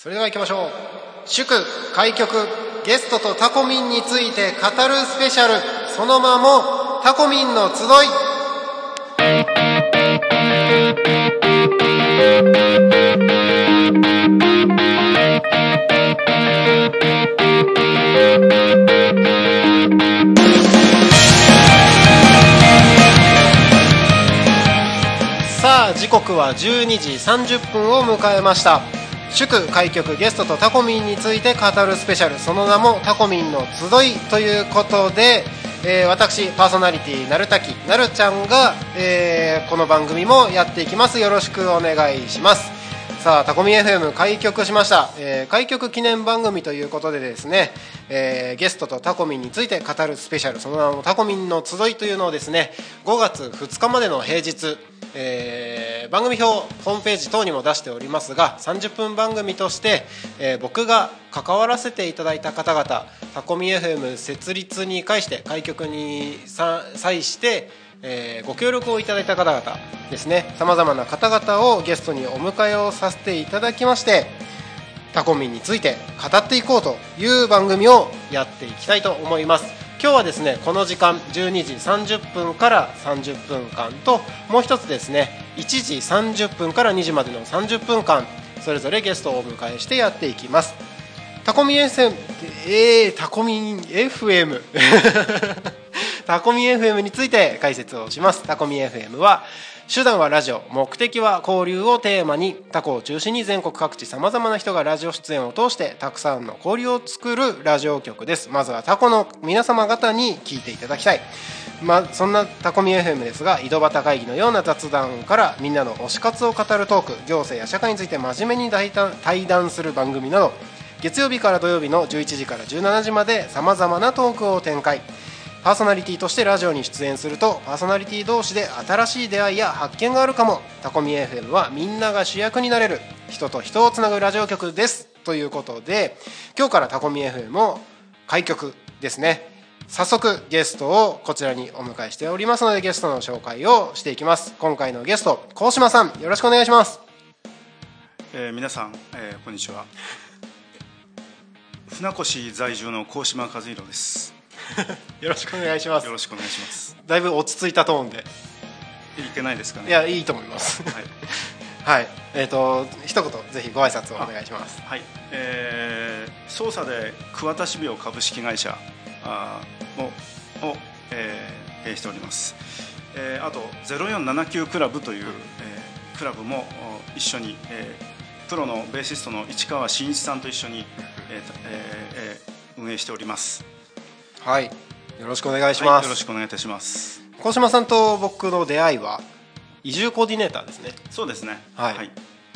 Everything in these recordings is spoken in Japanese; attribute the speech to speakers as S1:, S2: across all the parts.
S1: それでは行きましょう。祝開局ゲストとタコミンについて語るスペシャル、その名もタコミンの集い。さあ時刻は12時30分を迎えました。祝開局ゲストとタコミンについて語るスペシャル、その名もタコミンの集いということで、私パーソナリティなるたきなるちゃんが、この番組もやっていきます。よろしくお願いします。さあタコミン FM 開局しました。開局記念番組ということでですね、ゲストとタコミンについて語るスペシャル、その名もタコミンの集いというのをですね、5月2日までの平日、番組表ホームページ等にも出しておりますが、30分番組として、僕が関わらせていただいた方々、タコミ FM 設立に際して開局に際して、ご協力をいただいた方々ですね、さまざまな方々をゲストにお迎えをさせていただきまして、タコミンについて語っていこうという番組をやっていきたいと思います。今日はですね、この時間12時30分から30分間と、もう一つですね1時30分から2時までの30分間、それぞれゲストをお迎えしてやっていきます。タコミン FM タコミン FM タコミン FM について解説をします。タコミン FM は手段はラジオ、目的は交流をテーマに、タコを中心に全国各地さまざまな人がラジオ出演を通してたくさんの交流を作るラジオ局です。まずはタコの皆様方に聞いていただきたい。そんなタコミ FM ですが、井戸端会議のような雑談からみんなの推し活を語るトーク、行政や社会について真面目に対談する番組など、月曜日から土曜日の11時から17時までさまざまなトークを展開。パーソナリティとしてラジオに出演すると、パーソナリティ同士で新しい出会いや発見があるかも。タコミ FM はみんなが主役になれる、人と人をつなぐラジオ局ですということで、今日からタコミ FM を開局ですね。早速ゲストをこちらにお迎えしておりますので、ゲストの紹介をしていきます。今回のゲスト、高島さん、よろしくお願いします。
S2: 皆さん、こんにちは。船越在住の高島和弘です。
S1: よろしくお願いします。
S2: よろしくお願いします。
S1: だいぶ落ち着いたトーンで
S2: いけないですかね。
S1: いや、いいと思います。はい、はい、一言ぜひご挨拶をお願いします。
S2: はい、捜査で桑田種苗株式会社を経営しております。あと0479クラブという、クラブも一緒に、プロのベーシストの市川真一さんと一緒に、運営しております。
S1: はい、よろしくお願いします。
S2: はい、よろしくお願いいたします。
S1: 高島さんと僕の出会いは移住コーディネーターですね。
S2: そうですね。
S1: はい、はい、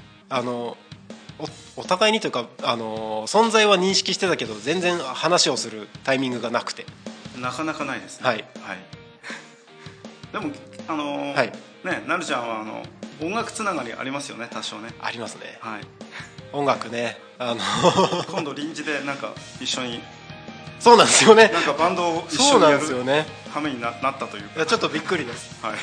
S1: お互いにというか、存在は認識してたけど全然話をするタイミングがなくて、
S2: なかなかないですね。
S1: はい、
S2: はい、でもはい、ね、なるちゃんは音楽つながりありますよね、多少ね。
S1: ありますね。
S2: はい、
S1: 音楽ね、
S2: 今度臨時でなんか一緒に。
S1: そうなんですよね。
S2: なんかバンドを一緒にやる羽目になったというか、
S1: ちょっとびっくりです。
S2: はい、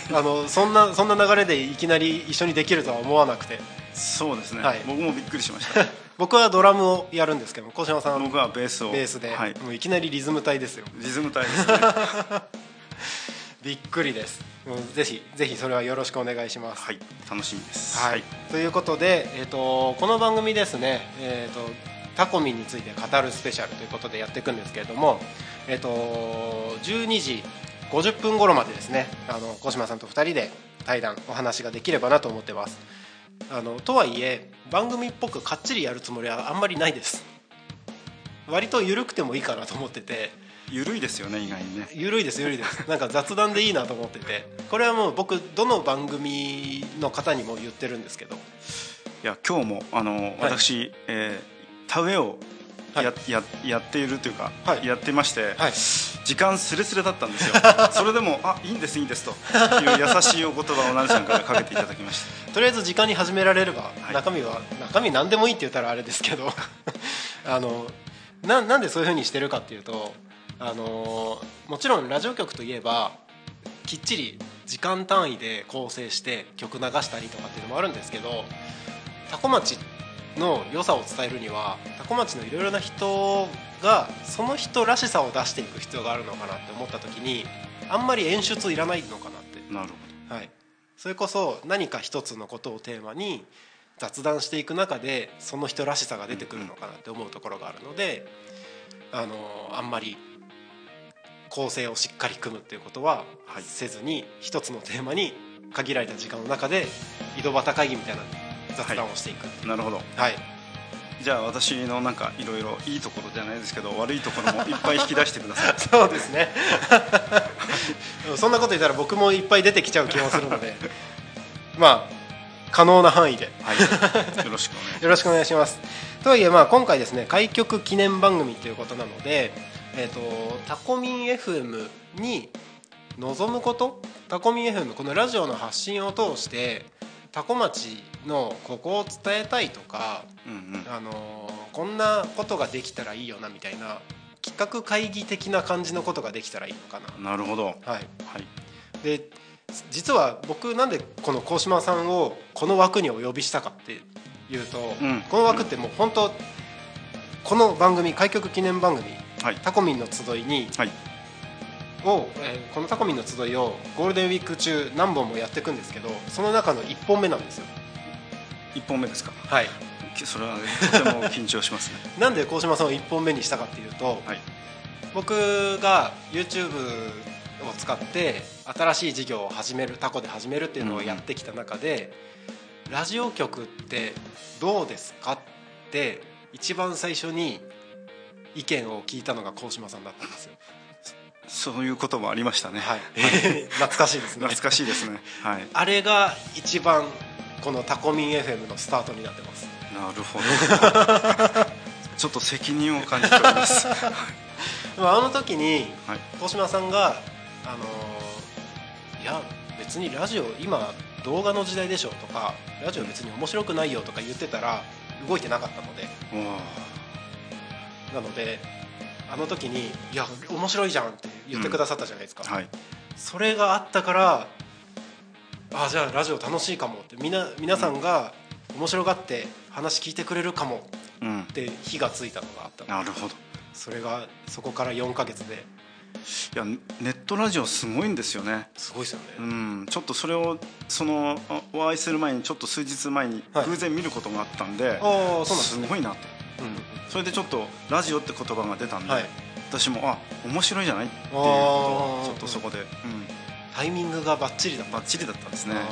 S1: そんな流れでいきなり一緒にできるとは思わなくて。
S2: そうですね、
S1: はい、
S2: 僕もびっくりしました
S1: 僕はドラムをやるんですけど、高島さん
S2: 僕はベース
S1: で、
S2: はい、
S1: もういきなりリズム隊ですよ。
S2: リズム隊ですね
S1: びっくりです。もうぜひそれはよろしくお願いします。
S2: はい、楽しみです。
S1: はい、ということで、この番組ですね、タコミンについて語るスペシャルということでやっていくんですけれども、12時50分頃までですね、小島さんと2人で対談お話ができればなと思ってます。とはいえ番組っぽくかっちりやるつもりはあんまりないです。割と緩くてもいいかなと思ってて。
S2: 緩いですよね、意外にね。
S1: 緩いですなんか雑談でいいなと思ってて、これはもう僕どの番組の方にも言ってるんですけど、い
S2: や今日も私、田植えをやっているというか、はい、やってまして、はい、時間スレスレだったんですよそれでもいいんですという優しいお言葉をなるちゃんからかけていただきました
S1: とりあえず時間に始められれば、はい、中身何でもいいって言ったらあれですけどなんでそういう風にしてるかっていうと、もちろんラジオ局といえばきっちり時間単位で構成して曲流したりとかっていうのもあるんですけど、タコ町っの良さを伝えるには多古町のいろいろな人がその人らしさを出していく必要があるのかなって思った時に、あんまり演出いらないのかなって。
S2: なるほ
S1: ど、はい、それこそ何か一つのことをテーマに雑談していく中でその人らしさが出てくるのかなって思うところがあるので、あんまり構成をしっかり組むっていうことはせずに、一つのテーマに限られた時間の中で井戸端会議みたいな雑談をしていくっていう、
S2: なるほど、
S1: はい、
S2: じゃあ私のなんかいろいろいいところじゃないですけど悪いところもいっぱい引き出してください
S1: そうですねそんなこと言ったら僕もいっぱい出てきちゃう気もするのでまあ可能な範囲で、
S2: はい、よろしく
S1: お願いします。とはいえ今回ですね、開局記念番組ということなので、タコミン FM に望むこと、タコミン FM このラジオの発信を通してタコ町のここを伝えたいとか、こんなことができたらいいよなみたいな企画会議的な感じのことができたらいいのかな。
S2: なるほど、
S1: はいはい、で実は僕なんでこの鴻島さんをこの枠にお呼びしたかっていうと、この枠ってもう本当この番組、開局記念番組、タコミンの集いに、このタコミンの集いをゴールデンウィーク中何本もやっていくんですけど、その中の1本目なんですよ。
S2: 1本目ですか。
S1: はい、
S2: それはとても緊張しますね
S1: なんで鴻島さんを1本目にしたかっていうと、僕が YouTube を使って新しい事業を始める、タコで始めるっていうのをやってきた中で、ラジオ局ってどうですかって一番最初に意見を聞いたのが鴻島さんだったんですよ。
S2: そういうこともありましたね、
S1: 懐かしいですね
S2: 懐かしいですね、
S1: あれが一番このタコミン FM のスタートになってます。
S2: なるほどちょっと責任を感じております
S1: あの時に鴻島さんがいや別にラジオ今動画の時代でしょとか、ラジオ別に面白くないよとか言ってたら動いてなかったので、なのであの時にいや面白いじゃんって言ってくださったじゃないですか、それがあったから、じゃあラジオ楽しいかもって、皆さんが面白がって話聞いてくれるかもって火がついたのがあったので、
S2: なるほど。
S1: そこから4ヶ月で、
S2: いやネットラジオすごいんですよね。
S1: すごいですよね。
S2: ちょっとそれをお会いする前にちょっと数日前に偶然見ることがあったんで、すごいなと、それでちょっとラジオって言葉が出たんで、私も面白いじゃないっていうことをちょっとそこで、
S1: タイミングがバッチリだったん
S2: ですね。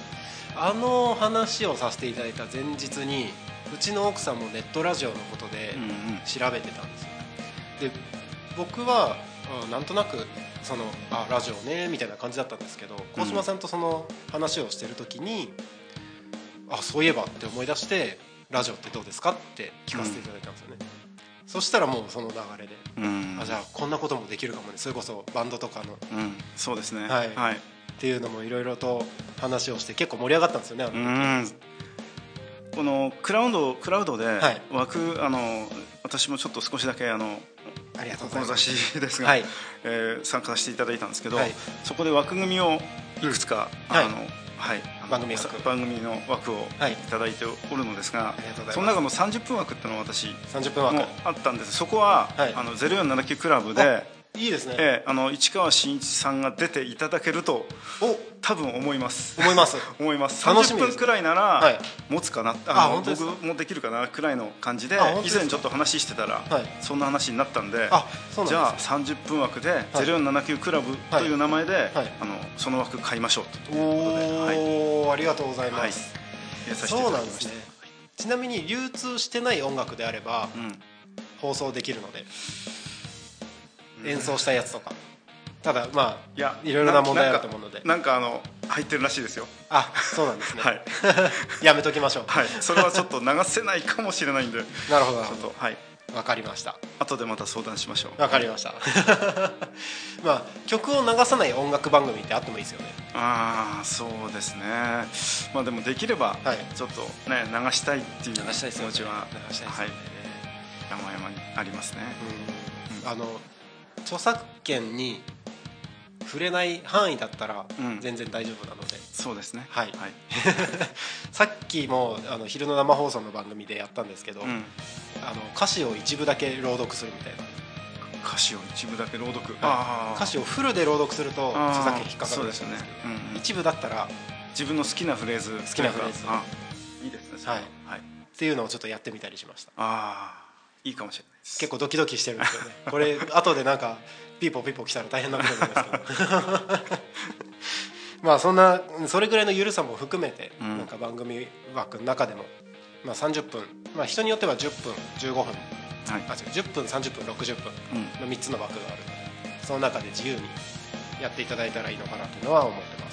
S1: 話をさせていただいた前日にうちの奥さんもネットラジオのことで調べてたんですよ。で僕はなんとなくラジオねみたいな感じだったんですけど、鴻島さんとその話をしてる時に、そういえばって思い出して、ラジオってどうですかって聞かせていただいたんですよね。そしたらもうその流れで、じゃあこんなこともできるかもね、それこそバンドとかの、
S2: そうですね、
S1: っていうのもいろいろと話をして結構盛り上がったんですよね。
S2: このクラウドで枠、私もちょっと少しだけ志ですが、参加させていただいたんですけど、そこで枠組みをいくつか、番組の枠をいただいておるのですが、その中の30分枠っていうのが私もあったんです。そこは0479クラブで
S1: いいですね、
S2: 市川真一さんが出ていただけると多分思います30分くらいなら持つかな、僕もできるかなくらいの感じで、以前ちょっと話してたらそんな話になったんで、じゃあ30分枠で0479クラブという名前でその枠買いましょうということで、
S1: ありがとうございます。そうなんですね。ちなみに流通してない音楽であれば放送できるので、演奏したやつとか、ただいろいろな問題あると思うので、
S2: なんか入ってるらしいですよ。
S1: そうなんですねやめときましょう。
S2: それはちょっと流せないかもしれないんで
S1: なるほど、
S2: ちょっと
S1: わかりました。
S2: 後でまた相談しましょう。
S1: わかりました曲を流さない音楽番組ってあってもいいですよね。
S2: そうですね。でもできればちょっとね流したいっていう気持ちは山々にありますね。
S1: 著作権に触れない範囲だったら全然大丈夫なので、
S2: そうですね。
S1: はい、さっきも昼の生放送の番組でやったんですけど、歌詞を一部だけ朗読するみたいな。
S2: 歌詞を一部だけ朗読、
S1: 歌詞をフルで朗読すると著作権引っかかるんですよね。一部だったら
S2: 自分の好きなフレーズ、
S1: いい
S2: ですね。
S1: っていうのをちょっとやってみたりしました。
S2: いいかもしれないです。
S1: 結構ドキドキしてるんですよね。これ後でなんかピーポーピーポー来たら大変なことになりますけどまあそれぐらいの緩さも含めて、なんか番組枠の中でも、30分、人によっては10分15分、10分30分60分の3つの枠があるので、その中で自由にやっていただいたらいいのかなというのは思ってます。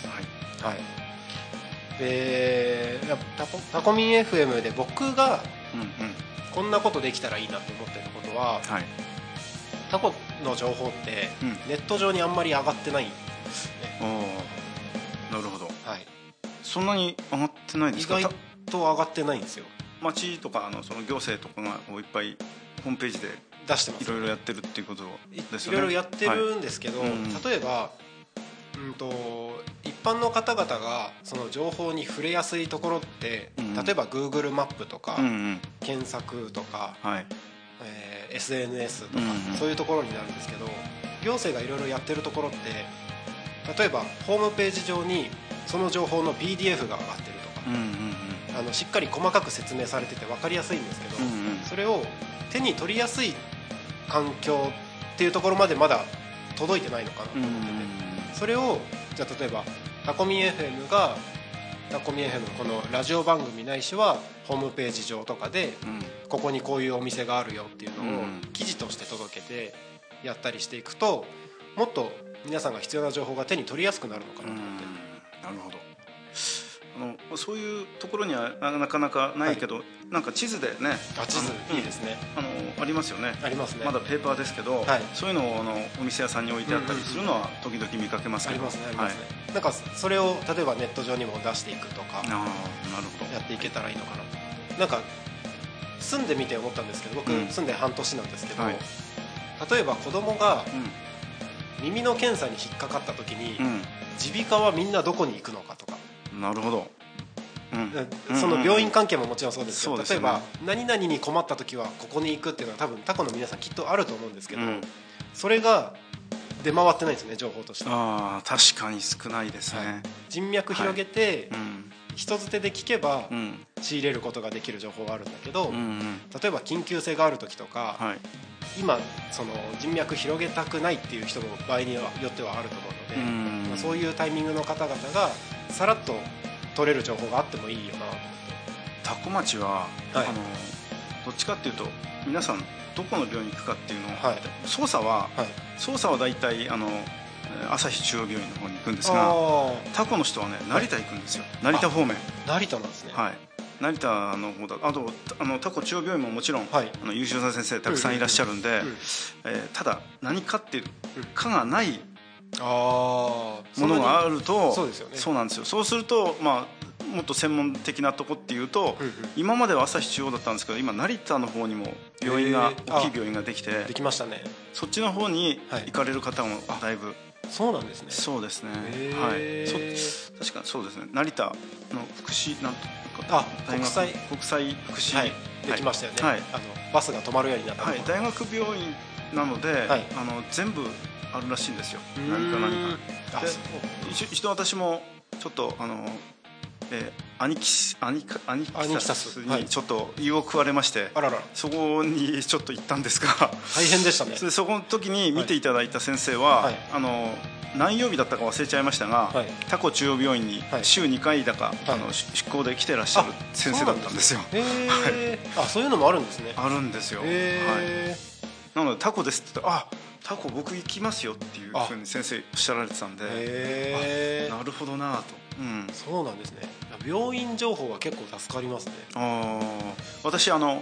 S1: でタコミン FM で僕がこんなことできたらいいなと思ってることは、タコの情報ってネット上にあんまり上がってないんですよね。
S2: なるほど。そんなに上がってないですか？
S1: 意外と上がってないんですよ。
S2: 町とかその行政とかがいっぱいホームページで
S1: 出してます。
S2: いろいろやってるっていうことですよね。
S1: いろいろやってるんですけど、例えば一般の方々がその情報に触れやすいところって、例えば Google マップとか、検索とか、SNS とか、そういうところになるんですけど、行政がいろいろやってるところって、例えばホームページ上にその情報の PDF が上がってるとか、しっかり細かく説明されてて分かりやすいんですけど、それを手に取りやすい環境っていうところまでまだ届いてないのかなと思ってて、それをじゃあ例えばタコミ FM がタコミ FM のこのラジオ番組ないしはホームページ上とかで、ここにこういうお店があるよっていうのを記事として届けてやったりしていくと、もっと皆さんが必要な情報が手に取りやすくなるのかなと思って。
S2: なるほど。そういうところにはなかなかないけど、なんか地図でね、
S1: 地図いいですね。
S2: ありますよね。
S1: ありますね。
S2: まだペーパーですけど、そういうのをお店屋さんに置いてあったりするのは時々見かけますけど。
S1: ありますね、ありますね。なんかそれを例えばネット上にも出していくとか、
S2: なるほど、
S1: やっていけたらいいのかなと。なんか住んでみて思ったんですけど、僕住んで半年なんですけど、例えば子供が耳の検査に引っかかった時に、耳鼻科はみんなどこに行くのかとか。
S2: なるほど。
S1: その病院関係ももちろんそうですけど、例えば何々に困った時はここに行くっていうのは多分タコの皆さんきっとあると思うんですけど、それが出回ってないですね、情報として。
S2: 確かに少ないですね。
S1: 人脈広げて人づてで聞けば仕入れることができる情報はあるんだけど、例えば緊急性がある時とか、今その人脈広げたくないっていう人も場合によってはあると思うので、そういうタイミングの方々がさらっと取れる情報があってもいいよなと思って。
S2: タコ町は、どっちかっていうと皆さんどこの病院に行くかっていうのを、操作はだいたい朝日中央病院の方に行くんですが、タコの人はね成田行くんですよ。成田方面。
S1: 成田なんですね。
S2: 成田の方だ。あとタコ中央病院ももちろん、優秀な先生たくさんいらっしゃるんで、ただ何かっていう科がないものがあると、そうなんですよ。そうするともっと専門的なとこっていうと、今までは朝日中央だったんですけど、今成田の方にも病院が、大きい病院ができて、
S1: できましたね。
S2: そっちの方に行かれる方もだいぶ。
S1: そうなんですね。
S2: そうですね。確かにそうですね。成田の福祉なんとか
S1: 国際
S2: 福祉
S1: できましたよね。バスが止まるようになった。
S2: 大学病院なので全部あるらしいんですよ。何か一度私もちょっとアニキサスにちょっと胃を食われまして、そこにちょっと行ったんですが、
S1: 大変でしたね。
S2: そこの時に見ていただいた先生は、何曜日だったか忘れちゃいましたが、タコ中央病院に週2回だか出向で来てらっしゃる先生だったんですよ。
S1: そういうのもあるんですね。
S2: あるんですよ。なのでタコですって言ったら、タコ僕行きますよっていうふうに先生おっしゃられてたんで、なるほどなと。
S1: そうなんですね。病院情報は結構助かりますね。
S2: 私兄弟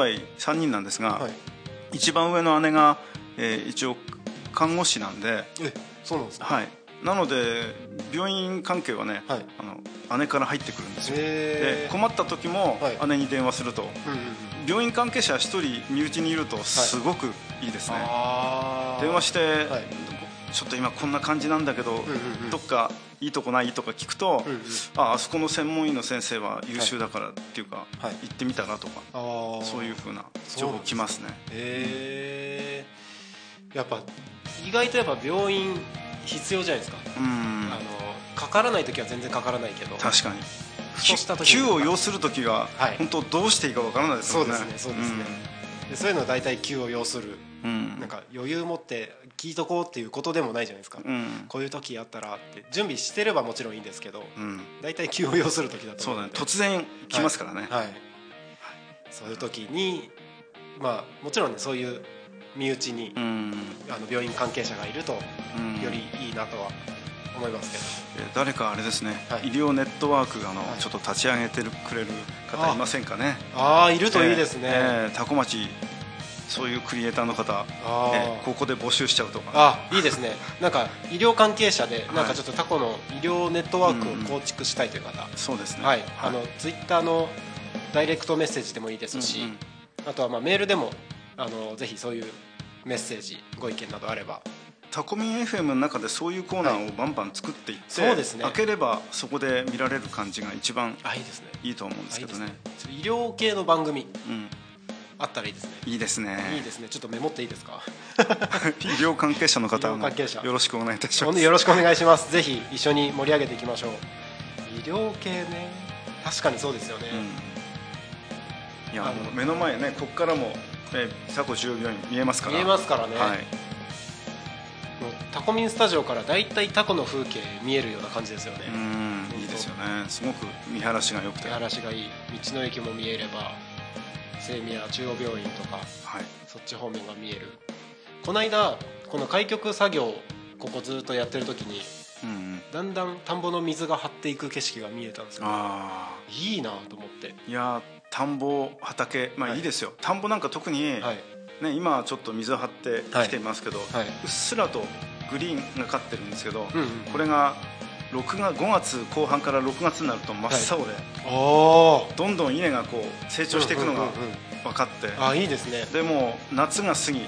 S2: 3人なんですが、一番上の姉が一応看護師なんで。
S1: そうなんですね。
S2: なので病院関係はね、姉から入ってくるんですよ。で困った時も姉に電話すると、病院関係者1人身内にいるとすごくいいですね。電話して、ちょっと今こんな感じなんだけど、どっかいいとこないとか聞くと、
S1: うんうん、
S2: あそこの専門医の先生は優秀だからっていうか、
S1: はい、
S2: 行ってみたらとか、そういう風な情報来ますね。
S1: やっぱ意外とやっぱ病院必要じゃないですか。かからない時は全然かからないけど、確かに
S2: 急を要する時は、はい、本当どうしていいかわからないですよね。
S1: そうですね、そうですね、でそういうのは大体急を要する、なんか余裕持って聞いとこうっていうことでもないじゃないですか、こういう時あったらって準備してればもちろんいいんですけど、大体急を要する時だと思うので、
S2: そうだね、突然来ますからね、
S1: はい、そういう時にまあもちろんね、そういう身内に、病院関係者がいるとよりいいなとは思いますけど、
S2: 誰かあれですね、医療ネットワークちょっと立ち上げてくれる方いませんかね。
S1: いるといいですね。
S2: 多古町そういうクリエイターの方、ここで募集しちゃうとか、
S1: いいですね。なんか医療関係者でなんかちょっとタコの医療ネットワークを構築したいという方、
S2: そうですね、
S1: ツイッターのダイレクトメッセージでもいいですし、あとはまあメールでもぜひそういうメッセージご意見などあれば、
S2: タコミン FM の中でそういうコーナーをバンバン作っていって、
S1: そうですね、
S2: 開ければそこで見られる感じが一番いいと思うんですけどね。
S1: 医療系の番組、あったらいいですね。
S2: いいですね。
S1: いいですね。ちょっとメモっていいですか。
S2: 医療関係者の方もよろしくお願いいたします。
S1: よろしくお願いします。ぜひ一緒に盛り上げていきましょう。医療系ね、確かにそうですよね。
S2: いや目の前ね、ここからもタコ中央病院見えますから。
S1: 見えますからね。タコミンスタジオからだいたいタコの風景見えるような感じですよね。
S2: いいですよね。すごく見晴らしが良くて。
S1: 見晴らしがいい。道の駅も見えれば。清宮中央病院とか、そっち方面が見える。この間この開局作業ここずっとやってる時に、だんだん田んぼの水が張っていく景色が見えたんですよ、いいなと思って。いや
S2: 田んぼ畑、いいですよ。田んぼなんか特に、今ちょっと水張ってきていますけど、うっすらとグリーンがかってるんですけど、これが5月後半から6月になると真っ青で、どんどん稲がこう成長していくのが分かって、
S1: いいですね。
S2: でも夏が過ぎ、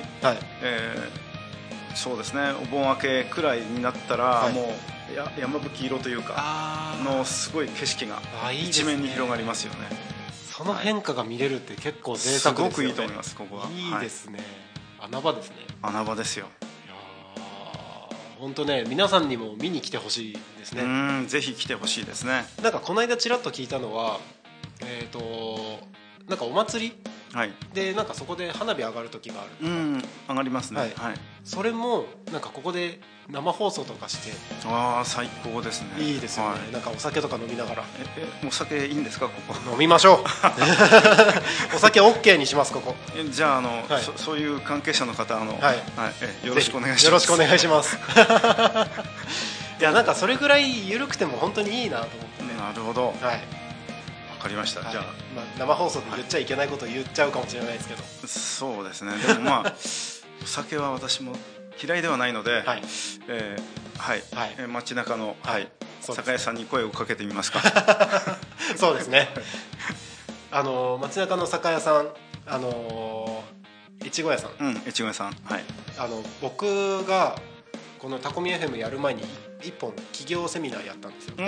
S2: そうですね、お盆明けくらいになったら、もう山吹色というかのすごい景色が一面に広がりますよね。
S1: その変化が見れるって結構贅沢ですよね。
S2: すごくいいと思います。ここはい
S1: いですね。穴場ですね。
S2: 穴場ですよ。
S1: 本当ね、皆さんにも見に来てほしいですね。
S2: ぜひ来てほしいですね。
S1: なんかこの間ちらっと聞いたのは、なんかお祭り、でなんかそこで花火上がる時がある。
S2: 上がりますね。
S1: それもなんかここで生放送とかして、
S2: 最高ですね。
S1: いいですよね。なんかお酒とか飲みながら。
S2: お酒いいんですか、ここ。
S1: 飲みましょう。お酒 OK にします、ここ。
S2: じゃあそういう関係者の方よろしくお願いします。
S1: よろしくお願いします。いや、なんかそれぐらい緩くても本当にいいなと思ってね。
S2: なるほど。わかりました。じゃあ
S1: 生放送で言っちゃいけないことを言っちゃうかもしれないですけど。
S2: そうですね。でもお酒は私も嫌いではないので、街中の酒屋さんに声をかけてみますか。
S1: そうですね。街中の酒屋さん、いちご屋さん。
S2: いちご屋さん。
S1: 僕がこのタコミ FM やる前に1本企業セミナーやったんですよ。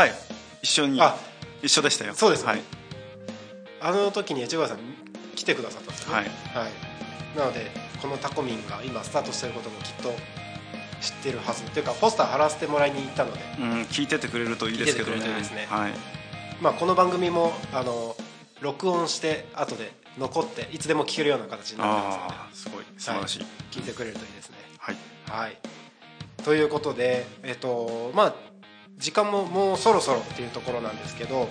S2: 一緒でしたよ。
S1: そうですね。あの時にいちご屋さん来てくださったんですよね。なのでこのタコミンが今スタートしていることもきっと知ってるはずというか、ポスター貼らせてもらいに行ったので、
S2: 聞いててくれるといいですけどね。
S1: この番組も録音して後で残っていつでも聞けるような形になってますので、
S2: すごい素晴らしい。
S1: 聞いてくれるといいですね。ということで、時間ももうそろそろっていうところなんですけど、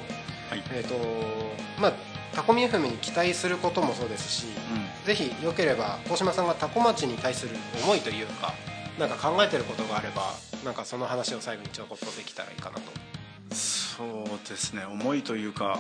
S1: タコミ FM に期待することもそうですし、ぜひよければ大島さんがタコ町に対する思いというか、なんか考えてることがあれば、なんかその話を最後にちょこっとできたらいいかなと。
S2: そうですね、思いというか、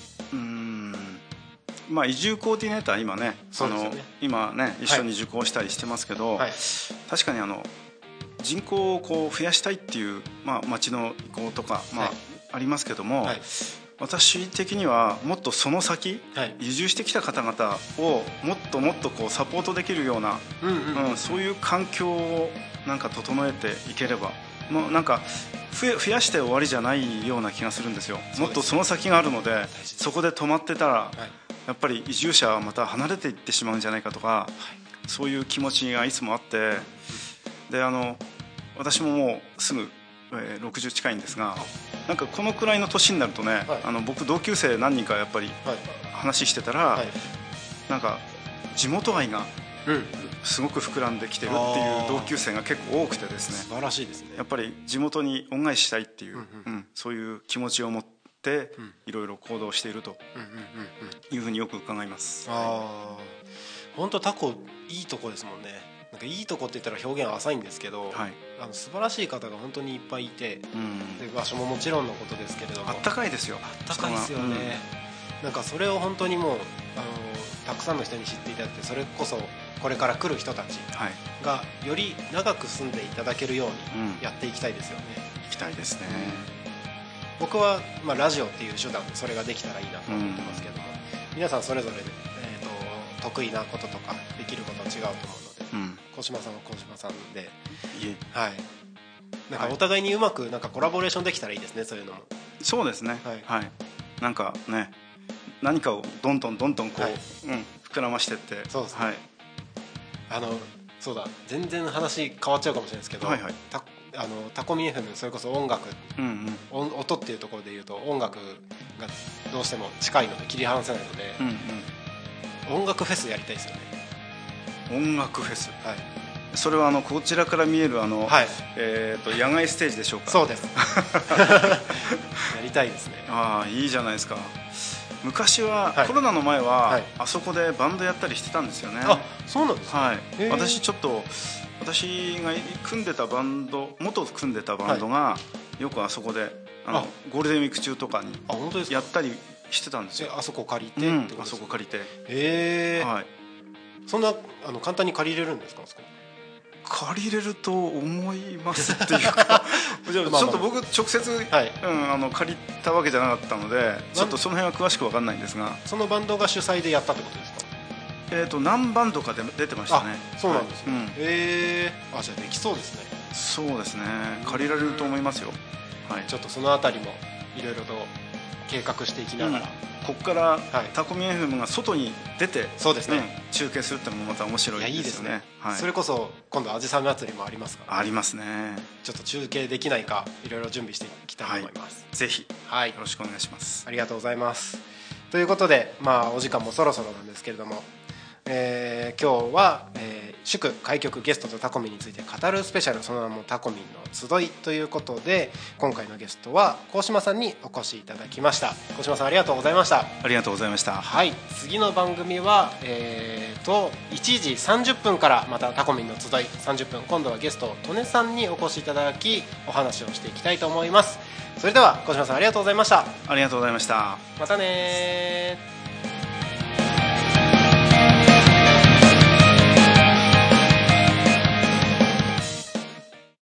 S2: 移住コーディネーター今ね、今ね一緒に受講したりしてますけど、確かに人口をこう増やしたいっていう、町の意向とか、ありますけども、私的にはもっとその先、移住してきた方々をもっともっとこうサポートできるような、そういう環境をなんか整えていければもうなんか増やして終わりじゃないような気がするんですよ。もっとその先があるので、そこで止まってたら、やっぱり移住者はまた離れていってしまうんじゃないかとか、そういう気持ちがいつもあって、で私ももうすぐ60近いんですが、なんかこのくらいの年になるとね、僕同級生何人かやっぱり話してたら、なんか地元愛がすごく膨らんできてるっていう同級生が結構多くてですね、
S1: 素晴らしいですね。
S2: やっぱり地元に恩返ししたいっていう、そういう気持ちを持っていろいろ行動しているというふうによく伺います。
S1: 本当タコいいとこですもんね。なんかいいとこって言ったら表現は浅いんですけど、素晴らしい方が本当にいっぱいいて、で場所ももちろんのことですけれども、
S2: あったかいですよ。
S1: あったかいですよね。なんかそれを本当にもうたくさんの人に知っていただいて、それこそこれから来る人たちがより長く住んでいただけるようにやっていきたいですよね。
S2: いきたいですね。
S1: 僕はラジオっていう手段でそれができたらいいなと思ってますけども、皆さんそれぞれ得意なこととかできることは違うと思うので、小島さんは小島さんで、なんかお互いにうまくなんかコラボレーションできたらいいですね。そういうのも。
S2: そうですね。なんかね、何かをどんどんこう、膨らましてって、
S1: そうですね。そうだ、全然話変わっちゃうかもしれないですけど、タコミ FM それこそ音楽、音っていうところでいうと音楽がどうしても近いので切り離せないので、音楽フェスやりたいですよね。
S2: 音楽フェス。それはこちらから見える野外ステージでしょうか。
S1: そうですやりたいですね。
S2: いいじゃないですか。昔は、コロナの前は、あそこでバンドやったりしてたんですよね。
S1: そうなんですか。
S2: 私が組んでたバンド、元組んでたバンドがよくあそこでゴールデンウィーク中とかにやったりしてたんですよ。
S1: あそこ借りて、
S2: あそこ借りて。
S1: そんな簡単に借りれるんですか。
S2: 借りれると思いますっていうかちょっと僕直接借りたわけじゃなかったので、ちょっとその辺は詳しく分かんないんですが、
S1: そのバンドが主催でやったってことですか。
S2: 何バンドかで出てましたね。
S1: そうなんですね。じゃあできそうですね。
S2: そうですね、借りられると思いますよ。
S1: ちょっとそのあたりもいろいろと計画していきながら、
S2: ここからタコミ FM が外に出て、
S1: そうですね、
S2: 中継するってのもまた面白いですよね。
S1: それこそ今度あじさん祭りもありますから、
S2: ありますね。
S1: ちょっと中継できないかいろいろ準備していきたいと思います。
S2: ぜひよろしくお願いします。
S1: ありがとうございます。ということで、お時間もそろそろなんですけれども、今日は、祝開局ゲストとタコミンについて語るスペシャル、その名もタコミンの集いということで、今回のゲストは高島さんにお越しいただきました。高島さん、ありがとうございました。
S2: ありがとうございました。
S1: 次の番組は、1時30分からまたタコミンの集い30分、今度はゲスト利根さんにお越しいただきお話をしていきたいと思います。それでは高島さん、ありがとうございました。
S2: ありがとうございました。
S1: またね。